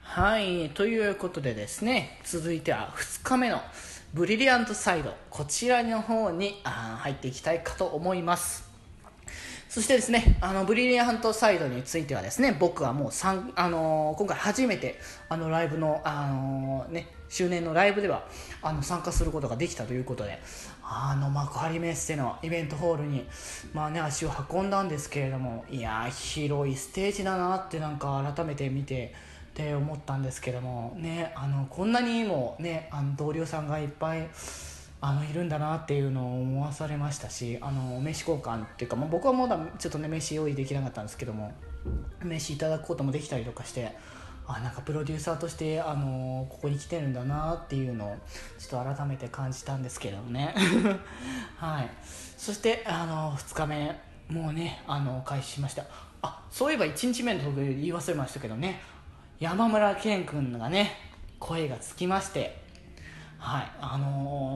はい、ということでですね、続いては2日目のブリリアントサイド、こちらの方に入っていきたいかと思います。そしてですね、ブリリアントサイドについてはですね、僕はもう今回初めてライブの、周年のライブでは参加することができたということで、幕張メッセのイベントホールに、足を運んだんですけれども、いや広いステージだなってなんか改めて見てって思ったんですけどもね、こんなにもね同僚さんがいっぱいいるんだなっていうのを思わされましたし、名刺交換っていうか、僕はまだちょっとね名刺用意できなかったんですけども、名刺いただくこともできたりとかして、なんかプロデューサーとしてここに来てるんだなっていうのをちょっと改めて感じたんですけどもねはい。そして2日目もうね開始しました。そういえば1日目の時言い忘れましたけどね、山村健君がね声がつきまして、はい、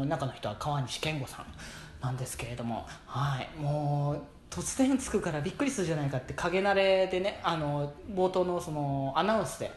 中の人は川西健吾さんなんですけれども、はい、もう突然つくからびっくりするじゃないかって影慣れでね、冒頭のそのアナウンスで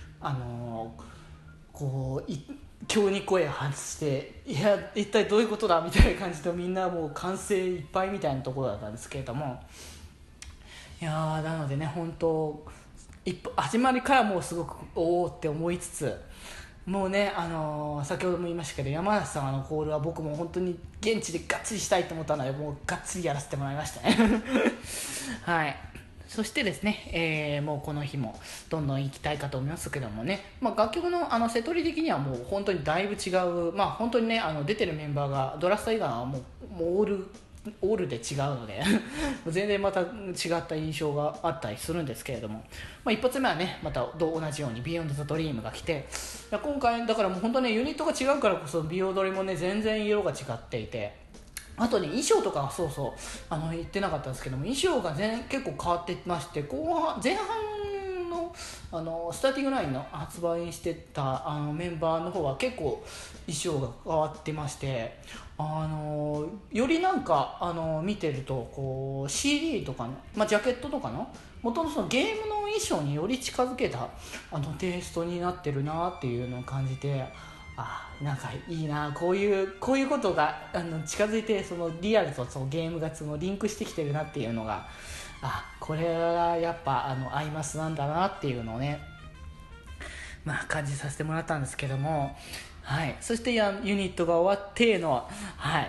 急に声を発して、いや一体どういうことだみたいな感じでみんなもう歓声いっぱいみたいなところだったんですけれども、いやなのでね本当始まりからもうすごくおおって思いつつ、もうね、先ほども言いましたけど山梨さんのコールは僕も本当に現地でガッツリしたいと思ったので、もうガッツリやらせてもらいましたねはい。そしてですね、もうこの日もどんどん行きたいかと思いますけどもね、楽曲の瀬戸り的にはもう本当にだいぶ違う、本当にね出てるメンバーがドラスト以外はもうオールで違うので全然また違った印象があったりするんですけれども、一発目はねまた同じように Beyond the Dream が来て、今回だからもう本当ねユニットが違うからこそ美容撮りもね全然色が違っていて、あとね衣装とかはそう言ってなかったんですけども、衣装が結構変わってまして、前半のスターティングラインの発売してたメンバーの方は結構衣装が変わってまして、よりなんか見てるとこう CD とかの、ジャケットとかの元のそのゲームの衣装により近づけたテイストになってるなっていうのを感じて、なんかいいな、こういうことが近づいて、そのリアルとそのゲームがそのリンクしてきてるなっていうのが、これはやっぱアイマスなんだなっていうのをね、感じさせてもらったんですけども、はい。そしてユニットが終わっての、はい。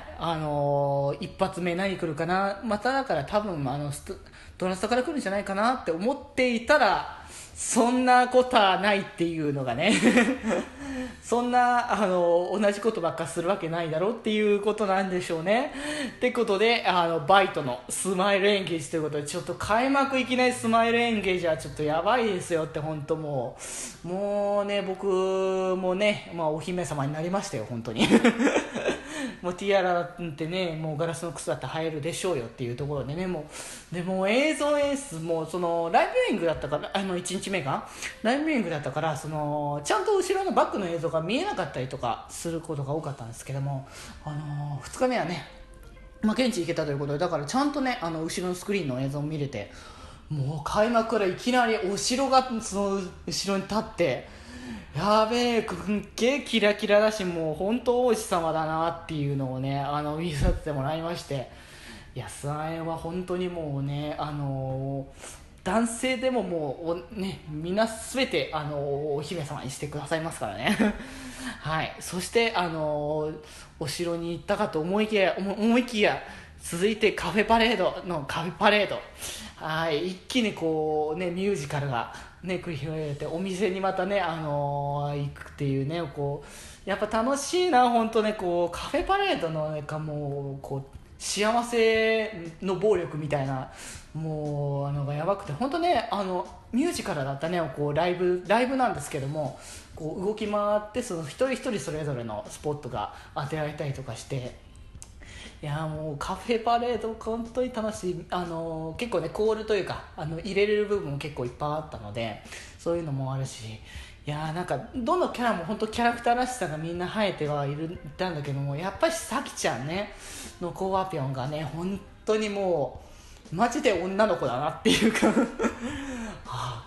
一発目何来るかな、まただから多分ドラストから来るんじゃないかなって思っていたら、そんなことはないっていうのがねそんな同じことばっかするわけないだろうっていうことなんでしょうね。ってことでバイトのスマイルエンゲージということで、ちょっと開幕いきなりスマイルエンゲージはちょっとやばいですよって、本当もうね僕もね、お姫様になりましたよ本当にもうティアラってねもうガラスの靴だって入るでしょうよっていうところでね、もう映像演出もそのライブエイングだったから、1日目がライブエイングだったから、そのちゃんと後ろのバックの映像が見えなかったりとかすることが多かったんですけども、2日目はね現地行けたということで、だからちゃんとね後ろのスクリーンの映像を見れて、もう開幕からいきなりお城がその後ろに立って、やべえすっげえキラキラだし、もう本当王子様だなっていうのをね見させてもらいまして、いやスアエンは本当にもうね男性でももうみんな全てお姫様にしてくださいますからねはい。そしてお城に行ったかと思いきや続いてカフェパレード、はい、一気にこうねミュージカルがね繰り広げられて、お店にまたね行くっていうね、こうやっぱ楽しいな本当ね、こうカフェパレードのもうこう幸せの暴力みたいな、もうがやばくて、本当ねミュージカルだったね、こうライブなんですけども、こう動き回ってその一人一人それぞれのスポットが当てられたりとかして、いやもうカフェパレード本当に楽しい。結構ねコールというか入れれる部分も結構いっぱいあったので、そういうのもあるし、いやなんかどのキャラも本当キャラクターらしさがみんな生えてはいたんだけども、やっぱりさきちゃんねのコーアピョンがね本当にもうマジで女の子だなっていうかこ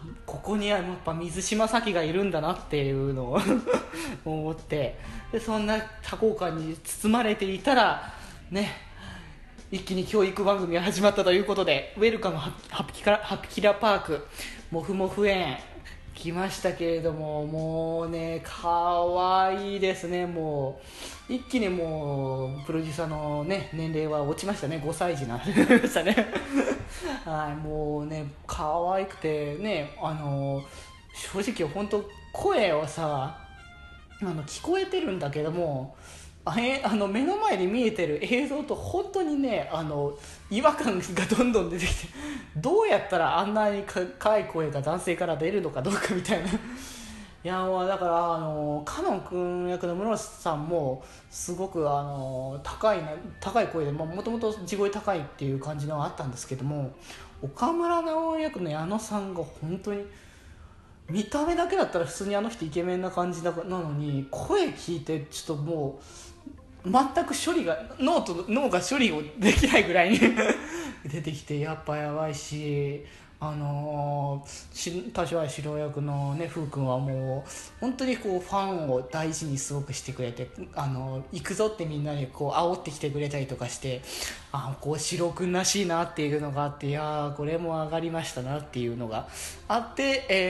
こにはやっぱ水島咲がいるんだなっていうのを思って、でそんな多幸感に包まれていたらね、一気に教育番組が始まったということで、ウェルカムハピキラパークもふもふ園来ましたけれども、もうねかわいいですね。もう一気にもうプロデューサーの、ね、年齢は落ちましたね。5歳児になりましたねはい、もうね可愛くてね、正直本当声はさ聞こえてるんだけども、目の前に見えてる映像と本当にね違和感がどんどん出てきて、どうやったらあんなに高い声が男性から出るのかどうかみたいな。いやもうだからカノン君役の室伏さんもすごく高い声で、もともと地声高いっていう感じのはあったんですけども、岡村直役の矢野さんが本当に見た目だけだったら普通にあの人イケメンな感じなのに、声聞いてちょっともう全く脳が処理をできないぐらいに出てきて、やっぱやばいし、田代白役のね風君はもう本当にこうファンを大事にすごくしてくれて、行くぞってみんなでこう煽ってきてくれたりとかして、こう白君らしいなっていうのがあって、いやこれも上がりましたなっていうのがあって、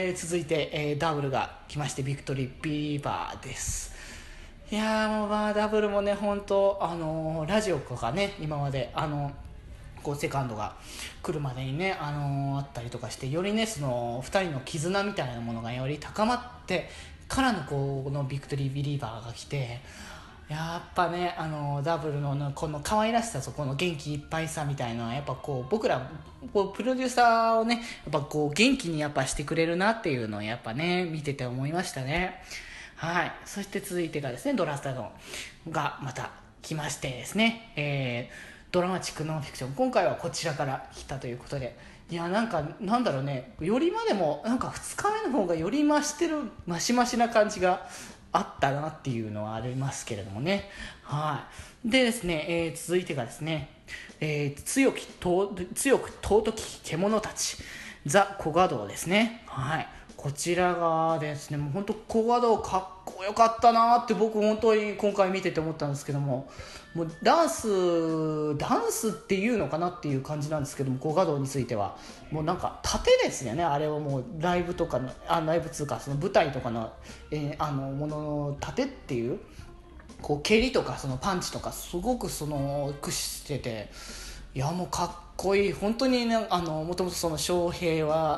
続いて、ダブルが来まして、ビクトリービリーバーです。いやもうダブルもね本当ラジオとかね、今までこうセカンドが来るまでにね、あったりとかして、よりねその2人の絆みたいなものがより高まってからのこのビクトリービリーバーが来て、やっぱねダブルのこの可愛らしさとこの元気いっぱいさみたいな、やっぱこう僕らこうプロデューサーをねやっぱこう元気にやっぱしてくれるなっていうのをやっぱね見てて思いましたね。はい。そして続いてがですね、ドラスタドンがまた来ましてですね、ドラマチックノンフィクション、今回はこちらから来たということで、いやなんだろうね、よりまでもなんか2日目の方がより増し増しな感じがあったなっていうのはありますけれどもね。はい。でですね、続いてがですね、強く尊き獣たち、ザ・コガドーですね。はい。こちらがですね、もう本当コガドーかっこよかったなって僕本当に今回見てて思ったんですけども、もうダンスっていうのかなっていう感じなんですけども、コガドーについてはもうなんか盾ですよね。あれはもうライブとかのライブ通過その舞台とかの、ものの盾っていうこう蹴りとかそのパンチとかすごくその駆使してて、いやもうかっこいい。本当にねもともとその翔平は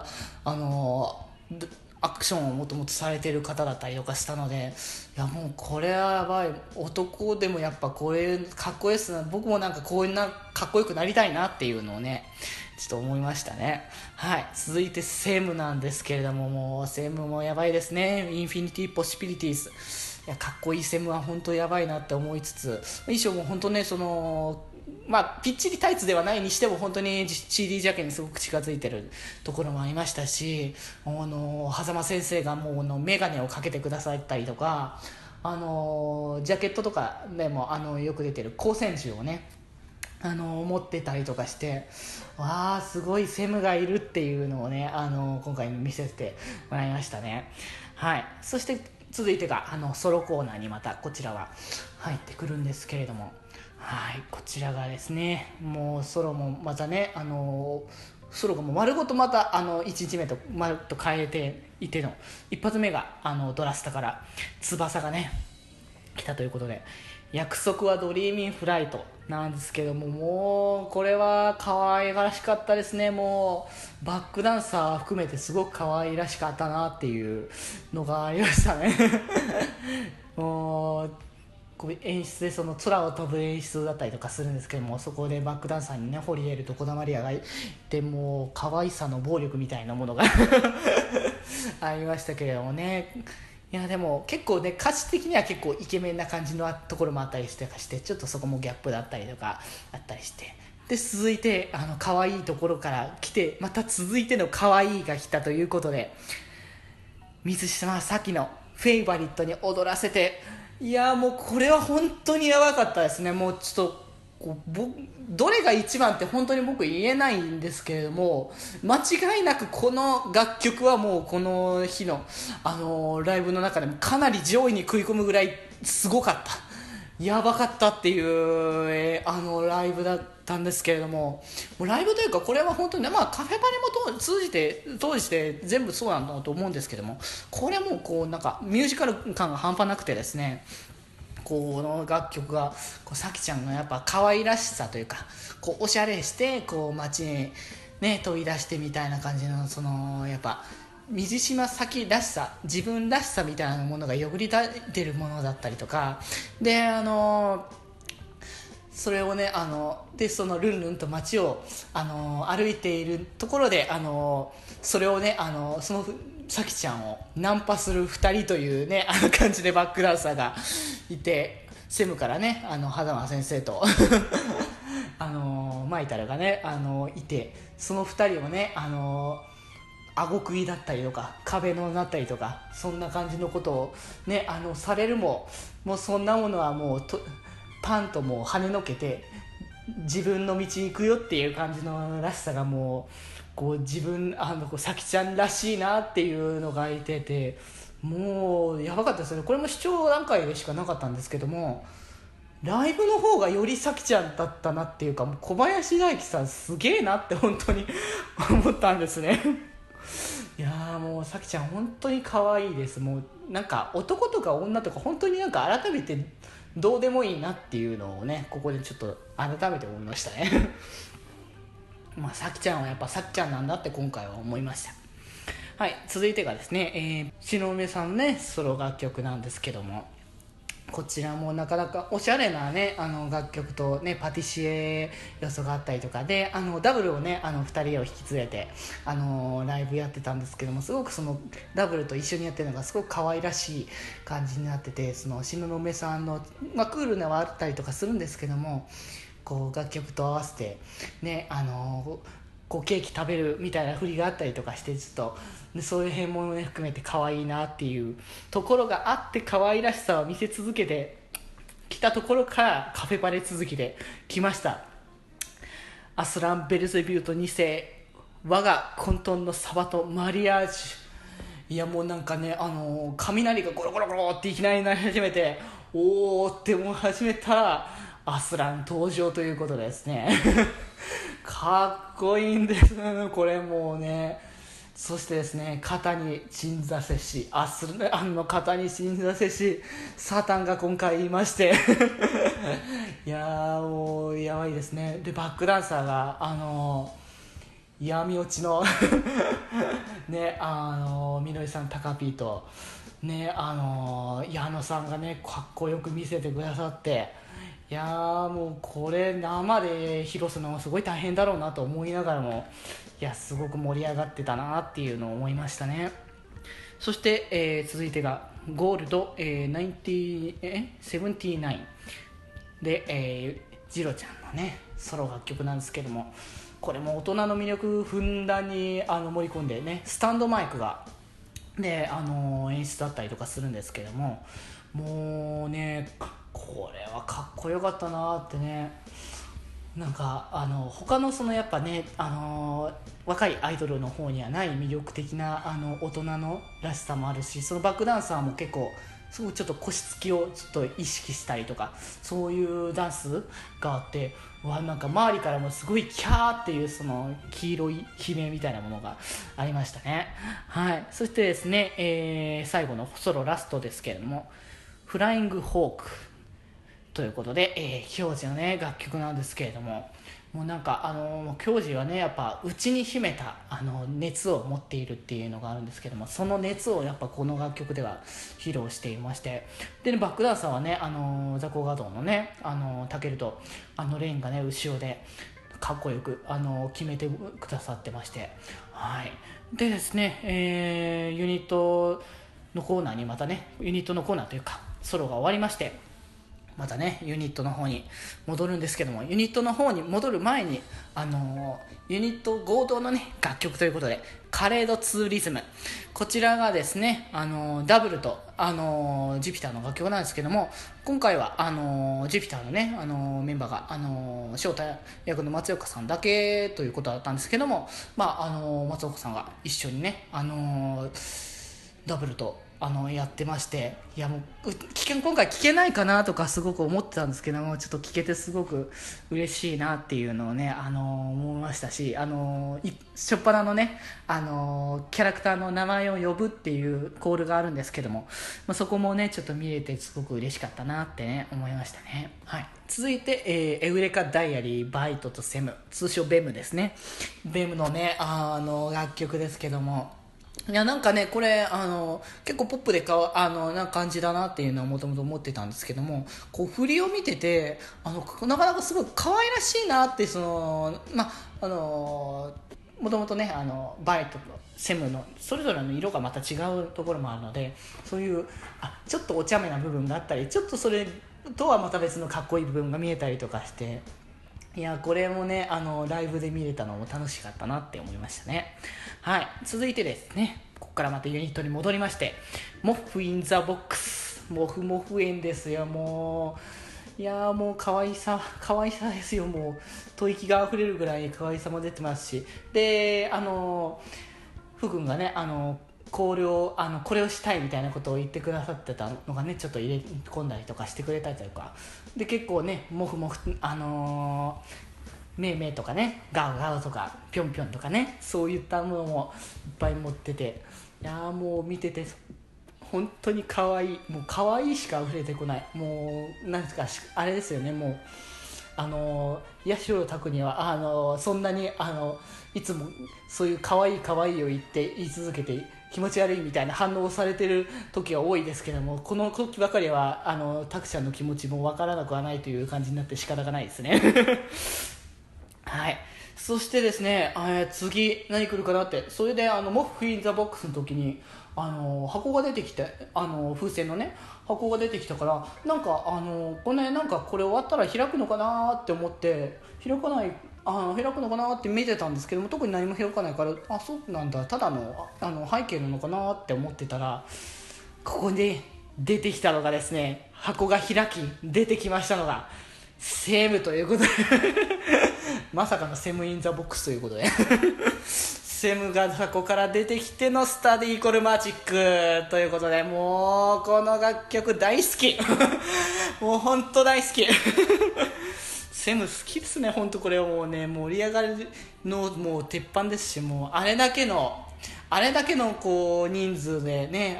アクションをもともとされてる方だったりとかしたので、いやもうこれはやばい。男でもやっぱこれかっこいいですね。僕もなんかこんなかっこよくなりたいなっていうのをねちょっと思いましたね。はい。続いてセムなんですけれども、もうセムもやばいですね。インフィニティポシビリティーズ、いやかっこいいセムは本当やばいなって思いつつ、衣装も本当ねそのピッチリタイツではないにしても本当に CD ジャケにすごく近づいてるところもありましたし、狭間先生がもう眼鏡をかけてくださったりとか、ジャケットとかでもよく出てる光線銃をね持ってたりとかして、わあすごいセムがいるっていうのをね今回見せてもらいましたね。はい。そして続いてがソロコーナーにまたこちらは入ってくるんですけれども、はい、こちらがですね、もうソロもまたねソロがもう丸ごとまた1日目とまるっと変えていての一発目がドラスタから翼がね来たということで、約束はドリーミンフライトなんですけども、もうこれは可愛らしかったですね。もうバックダンサー含めてすごく可愛らしかったなっていうのがありましたねもうこう演出でその空を飛ぶ演出だったりとかするんですけども、そこでバックダンサーにね堀エルと児玉理也がいて、もう可愛さの暴力みたいなものがありましたけれどもね。いやでも結構ね歌詞的には結構イケメンな感じのところもあったりして、ちょっとそこもギャップだったりとかあったりして、で続いて可愛いところから来て、また続いての可愛いが来たということで、水島咲のフェイバリットに踊らせて、いやもうこれは本当にやばかったですね。もうちょっとどれが一番って本当に僕言えないんですけれども、間違いなくこの楽曲はもうこの日の、ライブの中でもかなり上位に食い込むぐらいすごかった、やばかったっていう、ライブだったんですけれども、もうライブというかこれは本当にね、カフェパレも通じて全部そうなんだと思うんですけども、これはもうこうなんかミュージカル感が半端なくてですね、この楽曲がさきちゃんのやっぱ可愛らしさというか、こうおしゃれしてこう街にね飛び出してみたいな感じの、そのやっぱ水島咲らしさ、自分らしさみたいなものがよぐり出てるものだったりとかで、それをねでそのルンルンと街を歩いているところでそれをねそのさきちゃんをナンパする2人というね感じでバックダンサーがいて、セムからね狭間先生とマイタルがねいて、その2人をね顎食いだったりとか壁のなったりとか、そんな感じのことをねされるもうそんなものはもうパンともう跳ねのけて自分の道行くよっていう感じのらしさが、もうこう自分さきちゃんらしいなっていうのがいてて、もうやばかったですよね。これも視聴段階でしかなかったんですけども、ライブの方がよりさきちゃんだったなっていうか、もう小林大樹さんすげえなって本当に思ったんですねいやーもうさきちゃん本当に可愛いです。もうなんか男とか女とか本当になんか改めてどうでもいいなっていうのをね、ここでちょっと改めて思いましたねさきちゃんはやっぱさきちゃんなんだって今回は思いました。はい、続いてがですね、篠梅さんのねソロ楽曲なんですけども、こちらもなかなかおしゃれなね楽曲とねパティシエ要素があったりとかで、ダブルをね2人を引き連れてライブやってたんですけども、すごくそのダブルと一緒にやってるのがすごく可愛らしい感じになってて、その東雲さんの、クールなはあったりとかするんですけども、こう楽曲と合わせてねこうケーキ食べるみたいな振りがあったりとかして、ちょっとでそういう辺も、ね、含めて可愛いなっていうところがあって、可愛らしさを見せ続けてきたところからカフェパレ続きで来ました。アスラン・ベルゼビュート2世、我が混沌のサバとマリアージュ。いやもうなんかね雷がゴロゴロゴロっていきなりなり始めて、おーって思い始めたらアスラン登場ということですねかっこいいんですこれもうね。そしてですね、肩に鎮座せし、アスランの肩に鎮座せしサタンが今回いましていやーもうやばいですね。でバックダンサーが闇落ちのねみのりさん、タカピーとね矢野さんがねかっこよく見せてくださって、いやーもうこれ生で披露するのもすごい大変だろうなと思いながらも、いやすごく盛り上がってたなっていうのを思いましたね。そして、続いてがゴールド、79で、ジロちゃんのねソロ楽曲なんですけども、これも大人の魅力ふんだんに盛り込んでね、スタンドマイクがで、演出だったりとかするんですけども、もうねこれはかっこよかったなってね。なんか他のそのやっぱね若いアイドルの方にはない魅力的な大人のらしさもあるし、そのバックダンサーも結構すごいちょっと腰つきをちょっと意識したりとか、そういうダンスがあって、なんか周りからもすごいキャーっていうその黄色い悲鳴みたいなものがありましたね。はい。そしてですね、最後のソロラストですけれども、フライングホークということで、京二のね楽曲なんですけれども、もうなんか京二はねやっぱ内に秘めた熱を持っているっていうのがあるんですけども、その熱をやっぱこの楽曲では披露していまして、でねバックダンサーはねザコガドーのねタケルとレインがね後ろでかっこよく決めてくださってまして、はい。でですね、ユニットのコーナーにまたねユニットのコーナーというかソロが終わりまして、 またねユニットの方に戻るんですけども、ユニットの方に戻る前にユニット合同のね楽曲ということでカレードツーリズム、こちらがですねダブルとジュピターの楽曲なんですけども、今回はジュピターのねメンバーが翔太役の松岡さんだけということだったんですけども、松岡さんが一緒にねダブルとやってまして、いやもう今回聞けないかなとかすごく思ってたんですけども、ちょっと聞けてすごく嬉しいなっていうのをね思いましたし、初っ端のねキャラクターの名前を呼ぶっていうコールがあるんですけども、そこもねちょっと見れてすごく嬉しかったなってね思いましたね。はい、続いて、エウレカダイアリーバイトとセム、通称ベムですね。ベムのね楽曲ですけども、いやなんかねこれ結構ポップでな感じだなっていうのはもともと思ってたんですけども、こう振りを見ててなかなかすごい可愛らしいなって、もともとねバイトとセムのそれぞれの色がまた違うところもあるので、そういうちょっとお茶目な部分があったり、ちょっとそれとはまた別のかっこいい部分が見えたりとかして、いやこれもねライブで見れたのも楽しかったなって思いましたね。はい、続いてですね、ここからまたユニットに戻りまして、モフインザボックス、モフモフ園ですよ。もういやもう可愛さですよ。もう吐息が溢れるぐらい可愛さも出てますし、で福君がねこれをしたいみたいなことを言ってくださってたのがねちょっと入れ込んだりとかしてくれたりとかで、結構ねモフモフめいめいとかねガウガウとかぴょんぴょんとかね、そういったものもいっぱい持ってて、いやもう見てて本当に可愛い、もう可愛いしか溢れてこない。もうなんですかあれですよね。もう八代拓にはそんなにいつもそういう可愛い可愛いを言い続けて気持ち悪いみたいな反応をされてる時は多いですけども、この時ばかりは拓ちゃんの気持ちも分からなくはないという感じになって仕方がないですねはい、そしてですね、次何来るかなって、それでモフ・イン・ザ・ボックスの時に箱が出てきて風船のね箱が出てきたから、なんかこれなんかこれ終わったら開くのかなって思って開くのかなって見てたんですけども、特に何も開かないから、そうなんだ、ただの背景なのかなって思ってたら、ここに出てきたのがですね、箱が開き出てきましたのがセムということでまさかのセムインザボックスということでセムが箱から出てきてのスタディイコールマジックということで、もうこの楽曲大好きもう本当大好きセム好きですね。本当これはもうね盛り上がりのもう鉄板ですし、もうあれだけのこう人数でね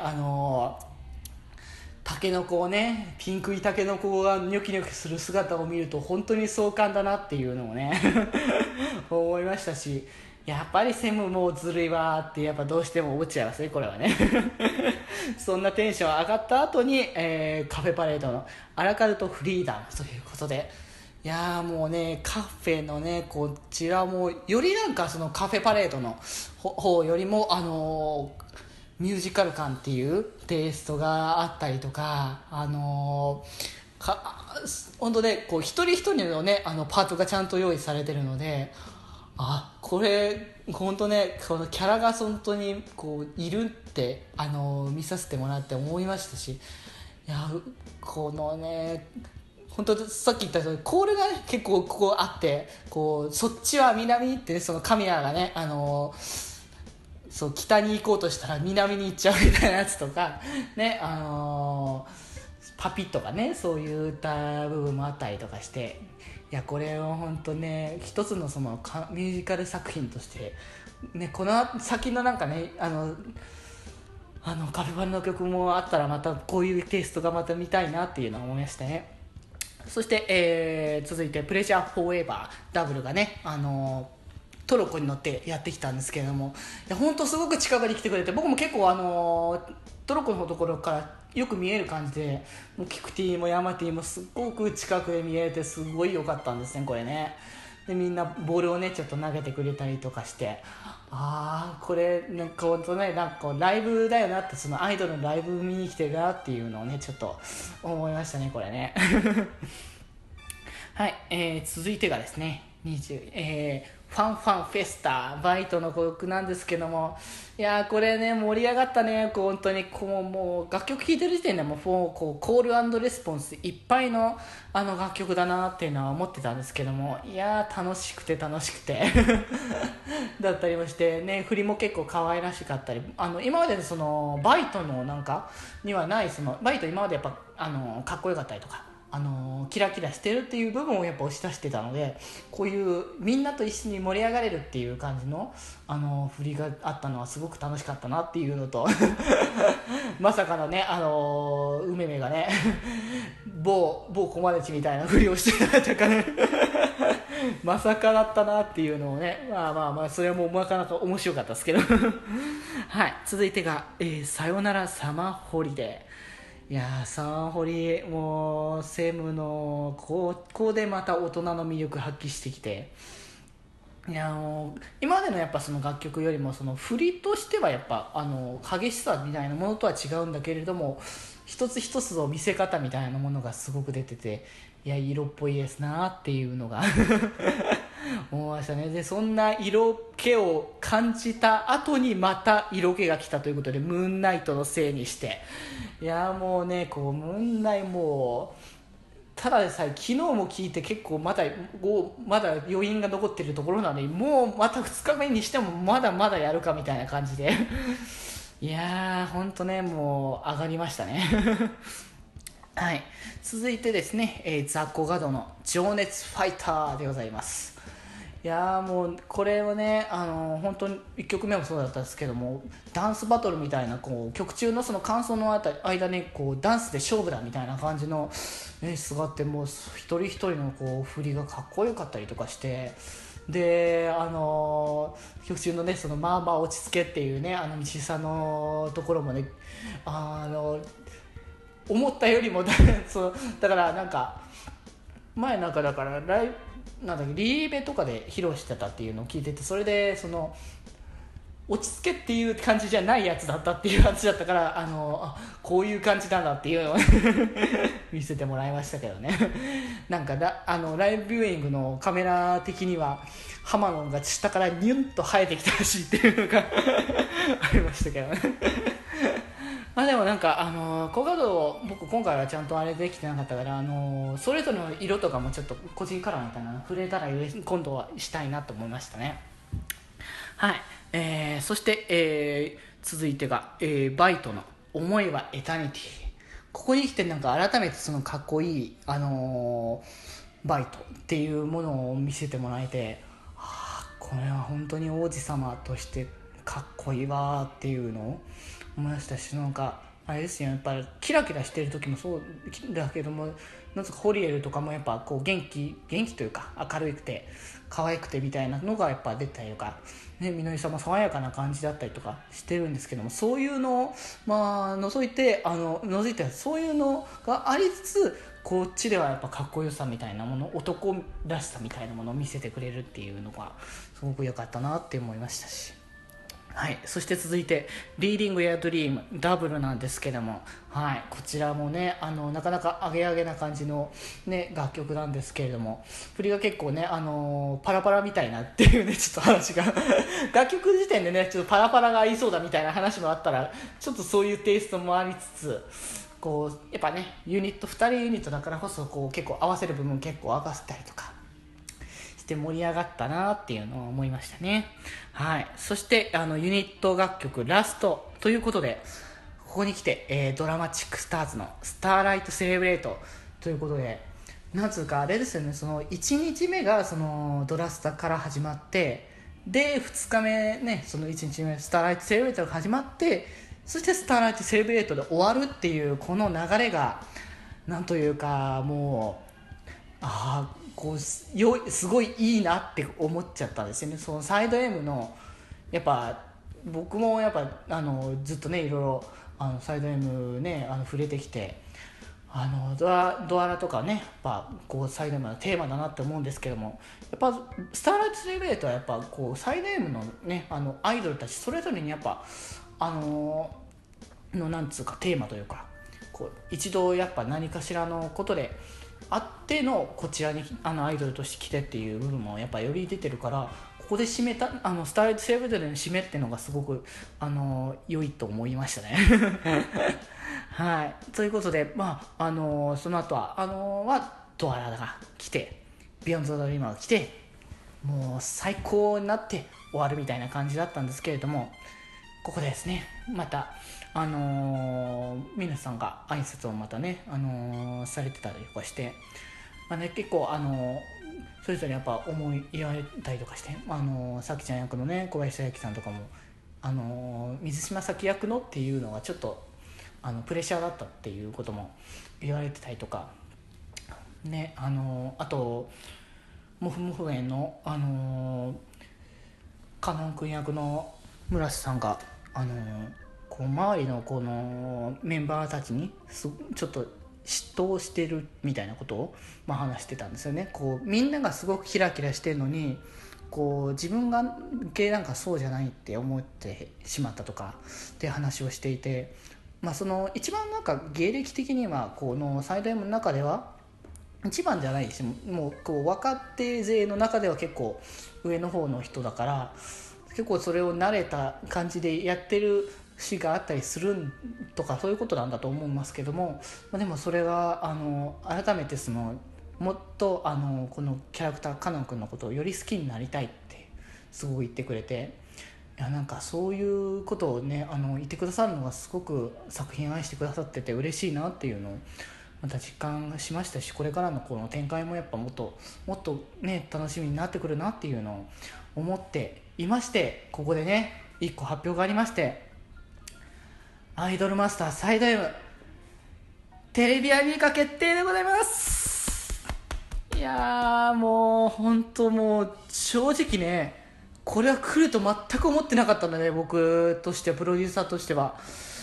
タケノコをねピンクイタケノコがニョキニョキする姿を見ると本当に壮観だなっていうのをね思いましたし、やっぱりセムもうずるいわってやっぱどうしても思っちゃいますねこれはねそんなテンション上がった後に、カフェパレードのアラカルトフリーダムということで、いやもうねカフェのねこちらもよりなんかそのカフェパレードの方よりもミュージカル感っていうテイストがあったりとか本当ねこう一人一人のねパートがちゃんと用意されてるので、これ本当ねこのキャラが本当にこういるって見させてもらって思いましたし、いやこのね本当さっき言ったようにコールがね結構ここあって、こうそっちは南って、ね、その神谷がねそう北に行こうとしたら南に行っちゃうみたいなやつとかねパピッとかねそういった部分もあったりとかして、いやこれは本当ね一つのそのミュージカル作品としてね、この先のなんかねカルバンの曲もあったらまたこういうテイストがまた見たいなっていうのを思いましたね。そして、続いてプレジャーフォーエバーダブルがねトロッコに乗ってやってきたんですけれども、いや本当すごく近くに来てくれて、僕も結構トロッコのところからよく見える感じで、もうキクティもヤマティもすごく近くで見えてすごい良かったんですねこれね。 でみんなボールをねちょっと投げてくれたりとかして、これなんか本当ね、なんかライブだよなって、そのアイドルのライブ見に来てるなっていうのをねちょっと思いましたね、これねはい、続いてがですねファンファンフェスタバイトの曲なんですけども、いやこれね盛り上がったね。本当にもう楽曲聴いてる時点でもコール&レスポンスいっぱいの楽曲だなっていうのは思ってたんですけども、いや楽しくてだったりもしてね、振りも結構可愛らしかったり、今までのそのバイトのなんかにはない、そのバイト今までやっぱかっこよかったりとかキラキラしてるっていう部分をやっぱ押し出してたので、こういうみんなと一緒に盛り上がれるっていう感じの振りがあったのはすごく楽しかったなっていうのとまさかのね梅めがね某コマネチみたいな振りをしてたかねまさかだったなっていうのをね、まあそれもなかなか面白かったですけどはい、続いてが、さよならサマーホリデー。いやーサンホリもうセムのここでまた大人の魅力発揮してきて、いやもう今までのやっぱその楽曲よりもその振りとしてはやっぱ激しさみたいなものとは違うんだけれども、一つ一つの見せ方みたいなものがすごく出てて、いや色っぽいですなっていうのが思いましたね。でそんな色気を感じた後にまた色気が来たということで、ムーンナイトのせいにして、いやもうねムーンナイトもただでさえ昨日も聞いて結構まだ余韻が残ってるところなのに、もうまた2日目にしてもまだまだやるかみたいな感じでいやーほんとねもう上がりましたねはい、続いてですね、ザ・コガドの情熱ファイターでございます。いやもうこれはね本当に1曲目もそうだったんですけども、ダンスバトルみたいな曲中のその感想の間にダンスで勝負だみたいな感じの演出があって、もう一人一人の振りがかっこよかったりとかして、で曲中のねそのまあまあ落ち着けっていうね西さんのところもね思ったよりもそうだからなんか前なんかだからなんだっけリーベとかで披露してたっていうのを聞いてて、それでその落ち着けっていう感じじゃないやつだったっていう話だったからこういう感じなんだっていうのを見せてもらいましたけどねなんかライブビューイングのカメラ的には浜野が下からニュンと生えてきたらしいっていうのがありましたけどねまあでもなんかコガド僕今回はちゃんとあれできてなかったからそれぞれの色とかもちょっと個人カラーみたいなの触れたら今度はしたいなと思いましたね。はい、そして、続いてが、バイトの思いはエタニティ。ここに来てなんか改めてそのかっこいい、バイトっていうものを見せてもらえて、これは本当に王子様としてかっこいいわっていうのを思いましたし、なんかあれですよ、やっぱりキラキラしてる時もそうだけども、なんかホリエルとかもやっぱ元気というか明るくて可愛くてみたいなのがやっぱ出たりとか、ね、みのりさんも爽やかな感じだったりとかしてるんですけども、そういうのを除いてそういうのがありつつ、こっちではやっぱかっこよさみたいなもの、男らしさみたいなものを見せてくれるっていうのがすごく良かったなって思いましたし、はい、そして続いてリーディングやドリームダブルなんですけども、はい、こちらもねなかなかアゲアゲな感じの、ね、楽曲なんですけれども、振りが結構ねパラパラみたいなっていうねちょっと話が楽曲時点でねちょっとパラパラが合いそうだみたいな話もあったら、ちょっとそういうテイストもありつつやっぱね2人ユニットだからこそ結構合わせる部分結構合わせたりとかして盛り上がったなっていうのを思いましたね。はい、そしてユニット楽曲ラストということで、ここに来て、ドラマチックスターズのスターライトセレブレートということで、なんつうかあれですよね、その1日目がそのドラスタから始まって、で2日目ねその1日目スターライトセレブレートが始まって、そしてスターライトセレブレートで終わるっていうこの流れがなんというかもうすごいいいなって思っちゃったんですよね。そのサイド M のやっぱ僕もやっぱずっとねいろいろサイド M ね触れてきて、 ドアラとかねやっぱこうサイド M のテーマだなって思うんですけども、やっぱスターライトセレブレートはやっぱこうサイド M のねアイドルたちそれぞれにやっぱのなんつうかテーマというか、こう一度やっぱ何かしらのことであってのこちらにアイドルとして来てっていう部分もやっぱより出てるから、ここで締めたスターライトセレブレートでの締めっていうのがすごく良いと思いましたねはい、ということで、その後はドアラが来てビヨンド・ザ・ドリーマーが来てもう最高になって終わるみたいな感じだったんですけれども、ここでですねまた皆さんが挨拶をまたね、されてたりとかして、結構それぞれやっぱ思い言われたりとかして、さきちゃん役のね小林咲さんとかも水島咲役のっていうのがちょっとプレッシャーだったっていうことも言われてたりとかね、あとモフモフ園のカノン君役の村瀬さんがこう周りのこのメンバーたちにちょっと嫉妬してるみたいなことを話してたんですよね。こうみんながすごくキラキラしてるのにこう自分が系なんかそうじゃないって思ってしまったとかって話をしていて、その一番なんか芸歴的にはこのサイド M の中では一番じゃないし、もうこう若手勢の中では結構上の方の人だから結構それを慣れた感じでやってる詩があったりするとかそういうことなんだと思いますけども、でもそれが改めてもっとこのキャラクターカノン君のことをより好きになりたいってすごく言ってくれて、いやなんかそういうことをね言ってくださるのがすごく作品を愛してくださってて嬉しいなっていうのをまた実感しましたし、これからのこの展開もやっぱもっとね楽しみになってくるなっていうのを思っていまして、ここでね1個発表がありまして、アイドルマスターサイド M テレビアニメ化決定でございます。いやーもう本当もう正直ねこれは来ると全く思ってなかったので、僕としてプロデューサーとしては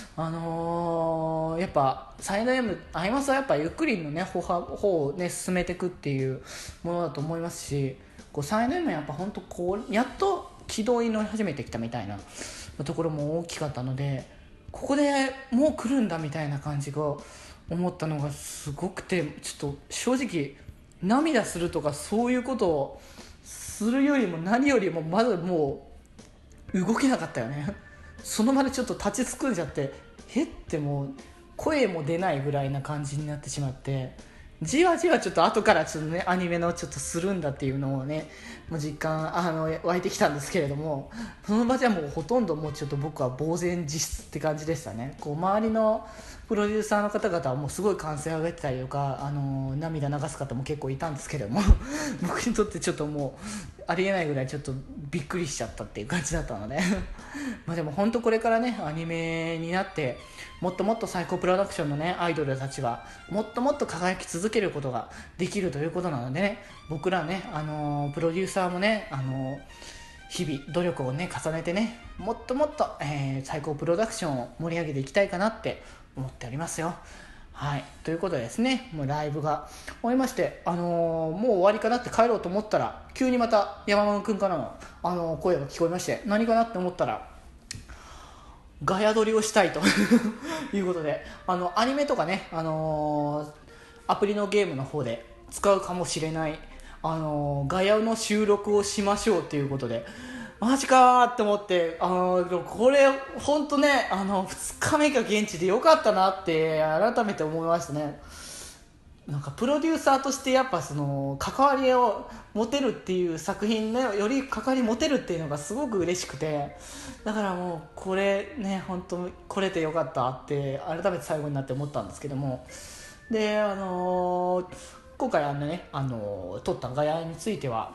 やっぱサイド M アイマスはやっぱゆっくりのね方をね進めていくっていうものだと思いますし、こうサイド M やっぱ本当こうやっと軌道に乗り始めてきたみたいなところも大きかったので、ここでもう来るんだみたいな感じが思ったのがすごくて、ちょっと正直涙するとかそういうことをするよりも何よりもまずもう動けなかったよね。その場でちょっと立ちすくんじゃってってもう声も出ないぐらいな感じになってしまって、じわじわちょっと後からちょっとねアニメのちょっとするんだっていうのをねもう実感湧いてきたんですけれども、その場じゃもうほとんどもうちょっと僕は呆然自失って感じでしたね。こう周りのプロデューサーの方々はもうすごい歓声を上げてたりとか涙流す方も結構いたんですけれども僕にとってちょっともうありえないぐらいちょっとびっくりしちゃったっていう感じだったのででも本当これからねアニメになってもっともっと最高プロダクションのねアイドルたちはもっともっと輝き続けることができるということなのでね、僕らねプロデューサーもね日々努力をね重ねてねもっともっと、最高プロダクションを盛り上げていきたいかなって思っておりますよ。はい、ということでですね、もうライブが終わりまして、もう終わりかなって帰ろうと思ったら急にまた山間君からの、声が聞こえまして、何かなって思ったらガヤ撮りをしたいということでアニメとかね、アプリのゲームの方で使うかもしれないガヤの収録をしましょうということで、マジかーって思って、でもこれ本当ね2日目が現地でよかったなって改めて思いましたね。なんかプロデューサーとしてやっぱその関わりを持てるっていう作品ねより関わり持てるっていうのがすごく嬉しくて、だからもうこれね本当来れてよかったって改めて最後になって思ったんですけども、で今回撮ったガヤについては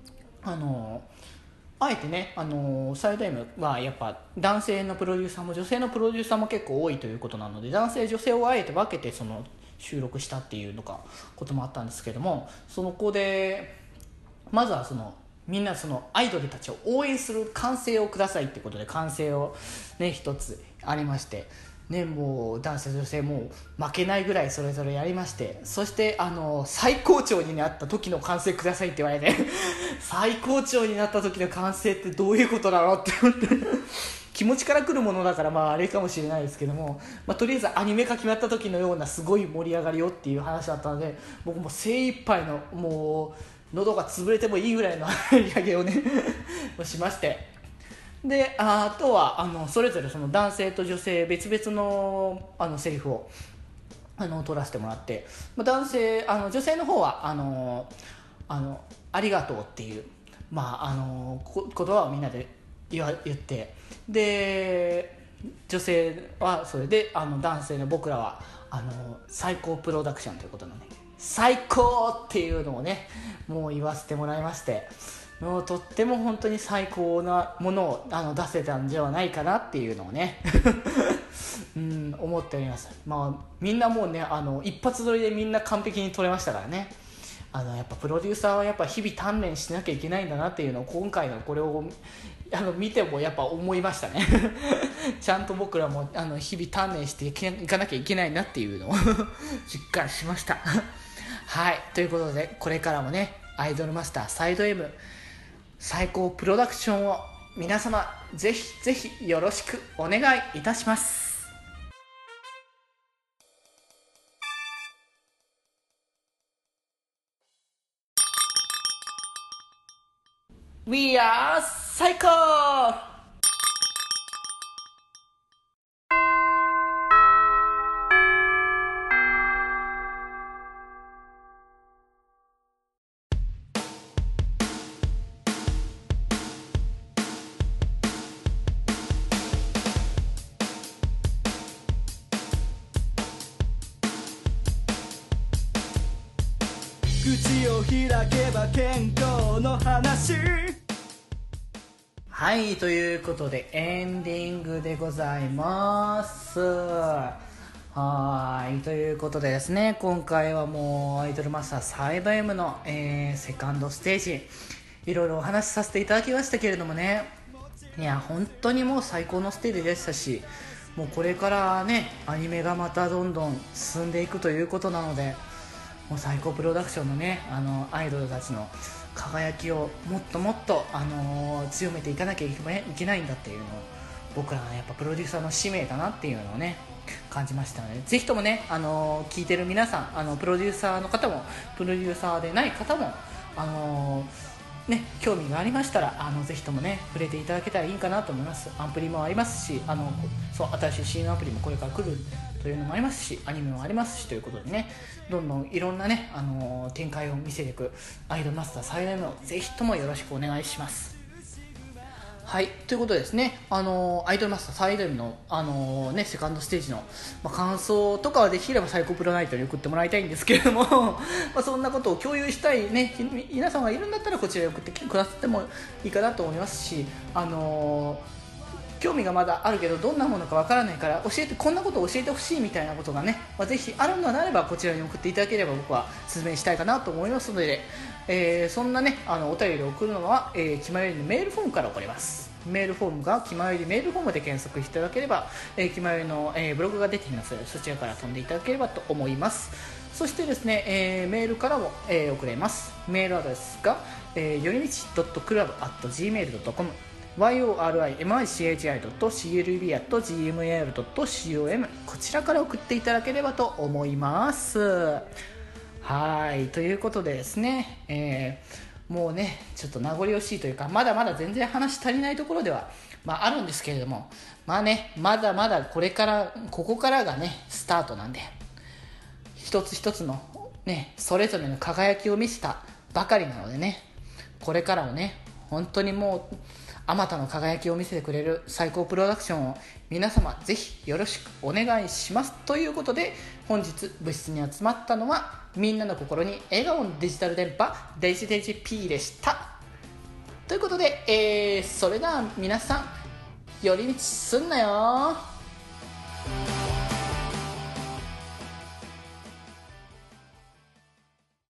あえてね、サイド M はやっぱ男性のプロデューサーも女性のプロデューサーも結構多いということなので、男性女性をあえて分けて収録したっていうこともあったんですけども、その子でまずはみんなアイドルたちを応援する歓声をくださいってことで歓声をね一つありまして、 ね、もう男性女性もう負けないぐらいそれぞれやりまして、そして最高潮になった時の歓声くださいって言われて最高潮になった時の歓声ってどういうことだろうって思って気持ちから来るものだからあれかもしれないですけども、とりあえずアニメ化決まった時のようなすごい盛り上がりよっていう話だったので、僕も精一杯のもう喉が潰れてもいいぐらいの盛り上げをねしまして、であとはそれぞれその男性と女性別々のセリフを取らせてもらって、男性女性の方はありがとうっていう、言葉をみんなで言って、で女性はそれで男性の僕らは最高プロダクションということのね、最高っていうのをねもう言わせてもらいまして、もうとっても本当に最高なものを出せたんではないかなっていうのをね思っております。みんなもうね一発撮りでみんな完璧に撮れましたからね。やっぱプロデューサーはやっぱ日々鍛錬しなきゃいけないんだなっていうのを今回のこれを見てもやっぱ思いましたねちゃんと僕らも日々鍛錬していかなきゃいけないなっていうのを実感しましたはい、ということでこれからもねアイドルマスターサイド M 最高プロダクションを皆様ぜひぜひよろしくお願いいたします。We are 最高。 口を開けば健康の話。 はい、ということでエンディングでございます。はい、ということでですね、今回はもうアイドルマスターサイド M の、セカンドステージいろいろお話しさせていただきましたけれどもね、いや本当にもう最高のステージでしたし、もうこれからねアニメがまたどんどん進んでいくということなので、もう最高プロダクションのねアイドルたちの輝きをもっともっと、強めていかなきゃいけないんだっていうのを僕らはやっぱプロデューサーの使命だなっていうのをね感じましたので、ぜひともね、聞いてる皆さんプロデューサーの方もプロデューサーでない方も興味がありましたらぜひともね触れていただけたらいいかなと思います。アンプリもありますし新しい CM アプリもこれから来るというのもありますし、アニメもありますしということでね、どんどんいろんなね、展開を見せていくアイドルマスター最大のぜひともよろしくお願いします。はい、ということでですね、アイドルマスター最大の、セカンドステージの、感想とかはできればサイコプロナイトに送ってもらいたいんですけれどもそんなことを共有したい、ね、皆さんがいるんだったらこちらに送ってくださってもいいかなと思いますし、興味がまだあるけどどんなものかわからないからこんなことを教えてほしいみたいなことがね、ぜひあるのであればこちらに送っていただければ僕は説明したいかなと思いますので、そんなねお便りを送るのは、気まよりのメールフォームから送ります。メールフォームが気まよりメールフォームで検索していただければ、気まよりの、ブログが出ていますのでそちらから飛んでいただければと思います。そしてですね、メールからも、送れます。メールアドレスが、よりみち.club@gmail.com yorimichi.club.gmail.com こちらから送っていただければと思います。はい、ということでですね、もうねちょっと名残惜しいというかまだまだ全然話足りないところでは、あるんですけれども、まだまだここからがねスタートなんで、一つ一つのねそれぞれの輝きを見せたばかりなのでね、これからもね本当にもうあまたの輝きを見せてくれる最高プロダクションを皆様ぜひよろしくお願いしますということで、本日部室に集まったのはみんなの心に笑顔のデジタル電波デジデジ P でしたということで、それでは皆さん寄り道すんなよ。